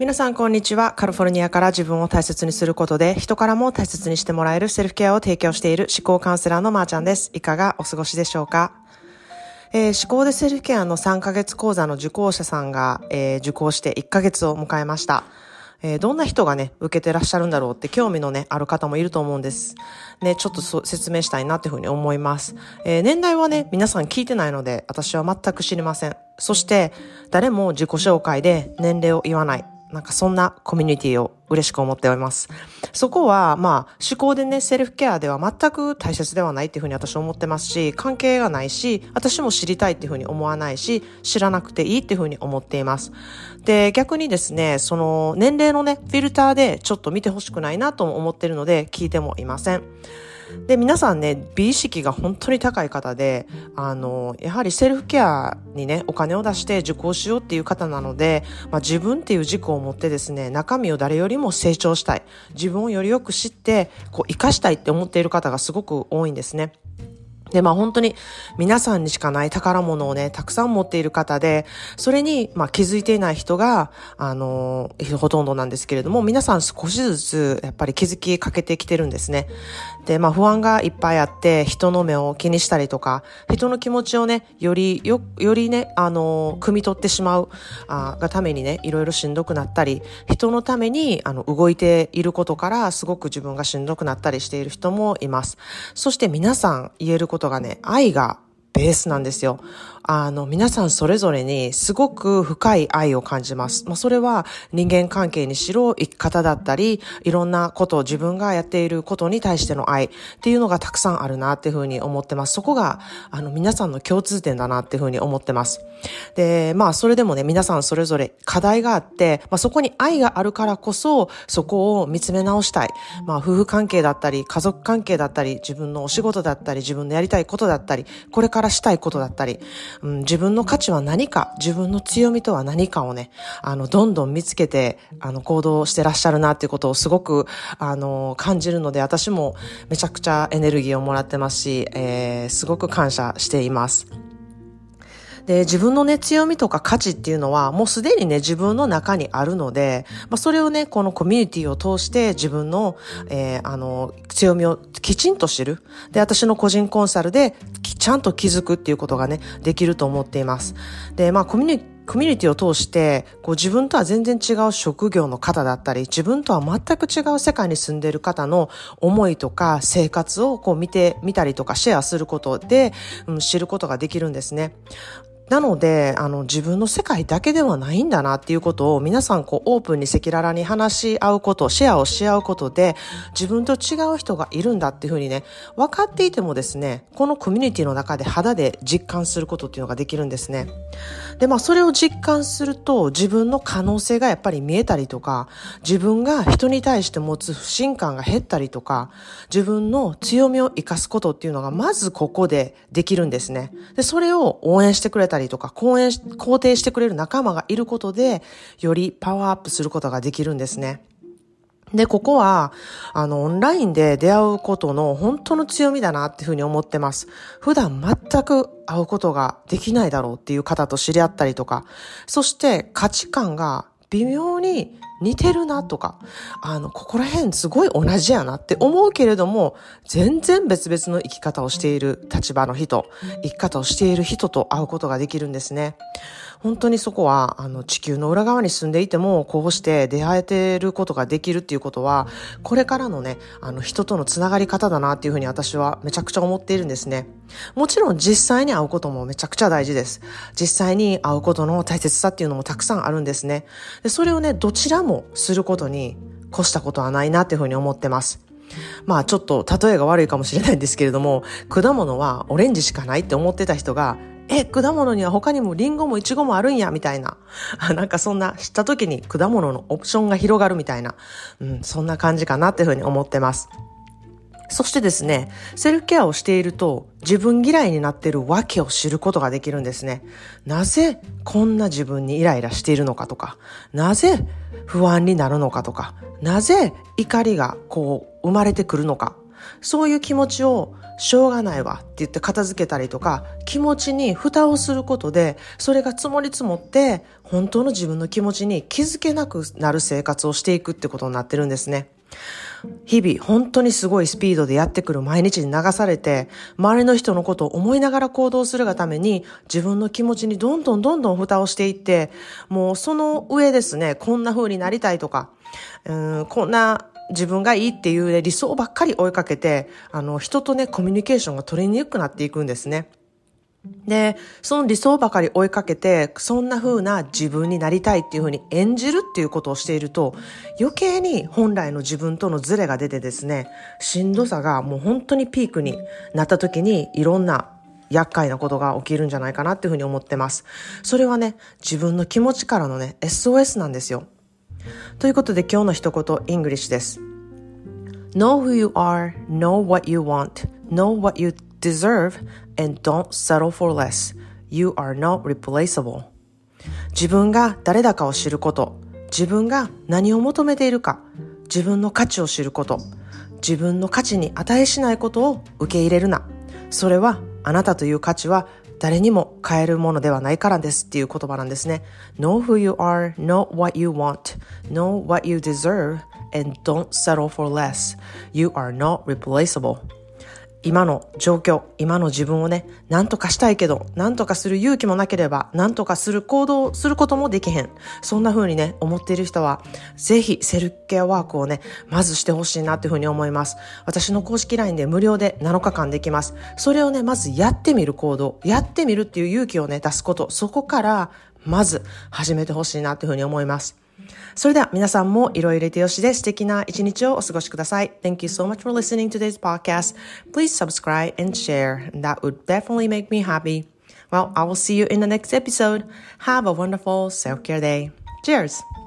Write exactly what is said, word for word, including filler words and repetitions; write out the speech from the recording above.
皆さんこんにちは。カリフォルニアから自分を大切にすることで人からも大切にしてもらえるセルフケアを提供している思考カウンセラーのまーちゃんです。いかがお過ごしでしょうか？えー、思考でセルフケアのさんかげつ講座の受講者さんが、えー、受講していっかげつを迎えました。えー、どんな人がね、受けてらっしゃるんだろうって興味のね、ある方もいると思うんです。ね、ちょっとそ説明したいなっていうふうに思います。えー、年代はね、皆さん聞いてないので、私は全く知りません。そして、誰も自己紹介で年齢を言わない。なんかそんなコミュニティを嬉しく思っております。そこは、まあ、思考でね、セルフケアでは全く大切ではないっていうふうに私は思ってますし、関係がないし、私も知りたいっていうふうに思わないし、知らなくていいっていうふうに思っています。で、逆にですね、その年齢のね、フィルターでちょっと見てほしくないなとも思っているので、聞いてもいません。で、皆さんね、美意識が本当に高い方で、あの、やはりセルフケアにね、お金を出して受講しようっていう方なので、まあ自分っていう軸を持ってですね、中身を誰よりも成長したい。自分をよりよく知って、こう、活かしたいって思っている方がすごく多いんですね。で、まあ本当に皆さんにしかない宝物をね、たくさん持っている方で、それにまあ気づいていない人が、あのー、ほとんどなんですけれども、皆さん少しずつやっぱり気づきかけてきてるんですね。で、まあ不安がいっぱいあって、人の目を気にしたりとか、人の気持ちをね、よりよ、よりね、あのー、汲み取ってしまう、あがためにね、いろいろしんどくなったり、人のために、あの、動いていることから、すごく自分がしんどくなったりしている人もいます。そして皆さん言えることがね、愛がベースなんですよ。あの、皆さんそれぞれにすごく深い愛を感じます。まあ、それは人間関係にしろ、生き方だったり、いろんなことを自分がやっていることに対しての愛っていうのがたくさんあるなっていうふうに思ってます。そこが、あの、皆さんの共通点だなっていうふうに思ってます。で、まあ、それでもね、皆さんそれぞれ課題があって、まあ、そこに愛があるからこそ、そこを見つめ直したい。まあ、夫婦関係だったり、家族関係だったり、自分のお仕事だったり、自分のやりたいことだったり、これからしたいことだったり、うん、自分の価値は何か、自分の強みとは何かをね、あの、どんどん見つけて、あの、行動してらっしゃるなっていうことをすごく、あの、感じるので、私もめちゃくちゃエネルギーをもらってますし、えー、すごく感謝しています。で、自分のね、強みとか価値っていうのは、もうすでにね、自分の中にあるので、まあ、それをね、このコミュニティを通して自分の、えー、あの、強みをきちんと知る。で、私の個人コンサルで、ちゃんと気づくっていうことがね、できると思っています。で、まあ、コミュニティコミュニティを通して、こう自分とは全然違う職業の方だったり、自分とは全く違う世界に住んでいる方の思いとか生活をこう見てみたりとかシェアすることで、うん、知ることができるんですね。なので、あの、自分の世界だけではないんだなっていうことを皆さんこうオープンに赤裸々に話し合うこと、シェアをし合うことで、自分と違う人がいるんだっていうふうにね、分かっていてもですね、このコミュニティの中で肌で実感することっていうのができるんですね。で、まあ、それを実感すると、自分の可能性がやっぱり見えたりとか、自分が人に対して持つ不信感が減ったりとか、自分の強みを生かすことっていうのがまずここでできるんですね。で、それを応援してくれたりとか、肯定し肯定してくれる仲間がいることで、よりパワーアップすることができるんですね。で、ここは、あの、オンラインで出会うことの本当の強みだなっていうふうに思ってます。普段全く会うことができないだろうっていう方と知り合ったりとか、そして価値観が微妙に似てるなとか、あの、ここら辺すごい同じやなって思うけれども、全然別々の生き方をしている立場の人、生き方をしている人と会うことができるんですね。本当にそこは、あの、地球の裏側に住んでいても、こうして出会えていることができるっていうことは、これからのね、あの、人とのつながり方だなっていうふうに私はめちゃくちゃ思っているんですね。もちろん実際に会うこともめちゃくちゃ大事です。実際に会うことの大切さっていうのもたくさんあるんですね。で、それをね、どちらもすることに越したことはないなっていうふうに思ってます。まあちょっと例えが悪いかもしれないんですけれども、果物はオレンジしかないって思ってた人が、え、果物には他にもリンゴもイチゴもあるんや、みたいな。なんかそんな知った時に果物のオプションが広がるみたいな。うん、そんな感じかなっていうふうに思ってます。そしてですね、セルフケアをしていると自分嫌いになっているわけを知ることができるんですね。なぜこんな自分にイライラしているのかとか、なぜ不安になるのかとか、なぜ怒りがこう生まれてくるのか。 そういう気持ちをしょうがないわって言って片付けたりとか、気持ちに蓋をすることで、それが積もり積もって本当の自分の気持ちに気づけなくなる生活をしていくってことになってるんですね。日々本当にすごいスピードでやってくる毎日に流されて、周りの人のことを思いながら行動するがために自分の気持ちにどんどんどんどん蓋をしていって、もうその上ですね、こんな風になりたいとか、うーんこんな自分がいいっていう、ね、理想ばっかり追いかけて、あの人とねコミュニケーションが取りにくくなっていくんですね。で、その理想ばかり追いかけて、そんな風な自分になりたいっていう風に演じるっていうことをしていると、余計に本来の自分とのズレが出てですね、しんどさがもう本当にピークになった時にいろんな厄介なことが起きるんじゃないかなっていう風に思ってます。それはね、自分の気持ちからのね、エスオーエス なんですよ。ということで今日の一言、イングリッシュです。Know who you are, know what you want, know what you deserve, and don't settle for less. You are not replaceable. 自分が誰だかを知ること、自分が何を求めているか、自分の価値を知ること、自分の価値に値しないことを受け入れるな。それはあなたという価値は誰にも変えるものではないからですっていう言葉なんですね。Know who you are, know what you want, know what you deserve, and don't settle for less. You are not replaceable. 今の状況、今の自分をね、何とかしたいけど、何とかする勇気もなければ、何とかする行動することもできへん。そんな風にね、思っている人は、ぜひセルフケアワークをね、まずしてほしいなっていう風に思います。私の公式 ライン で無料でなのかかんできます。それをね、まずやってみる行動、やってみるっていう勇気をね、出すこと、そこからまず始めてほしいなっていう風に思います。それでは皆さんも色々入れてよしで素敵な一日をお過ごしください。Thank you so much for listening to today's podcast. Please subscribe and share. That would definitely make me happy. Well, I will see you in the next episode. Have a wonderful self-care day. Cheers!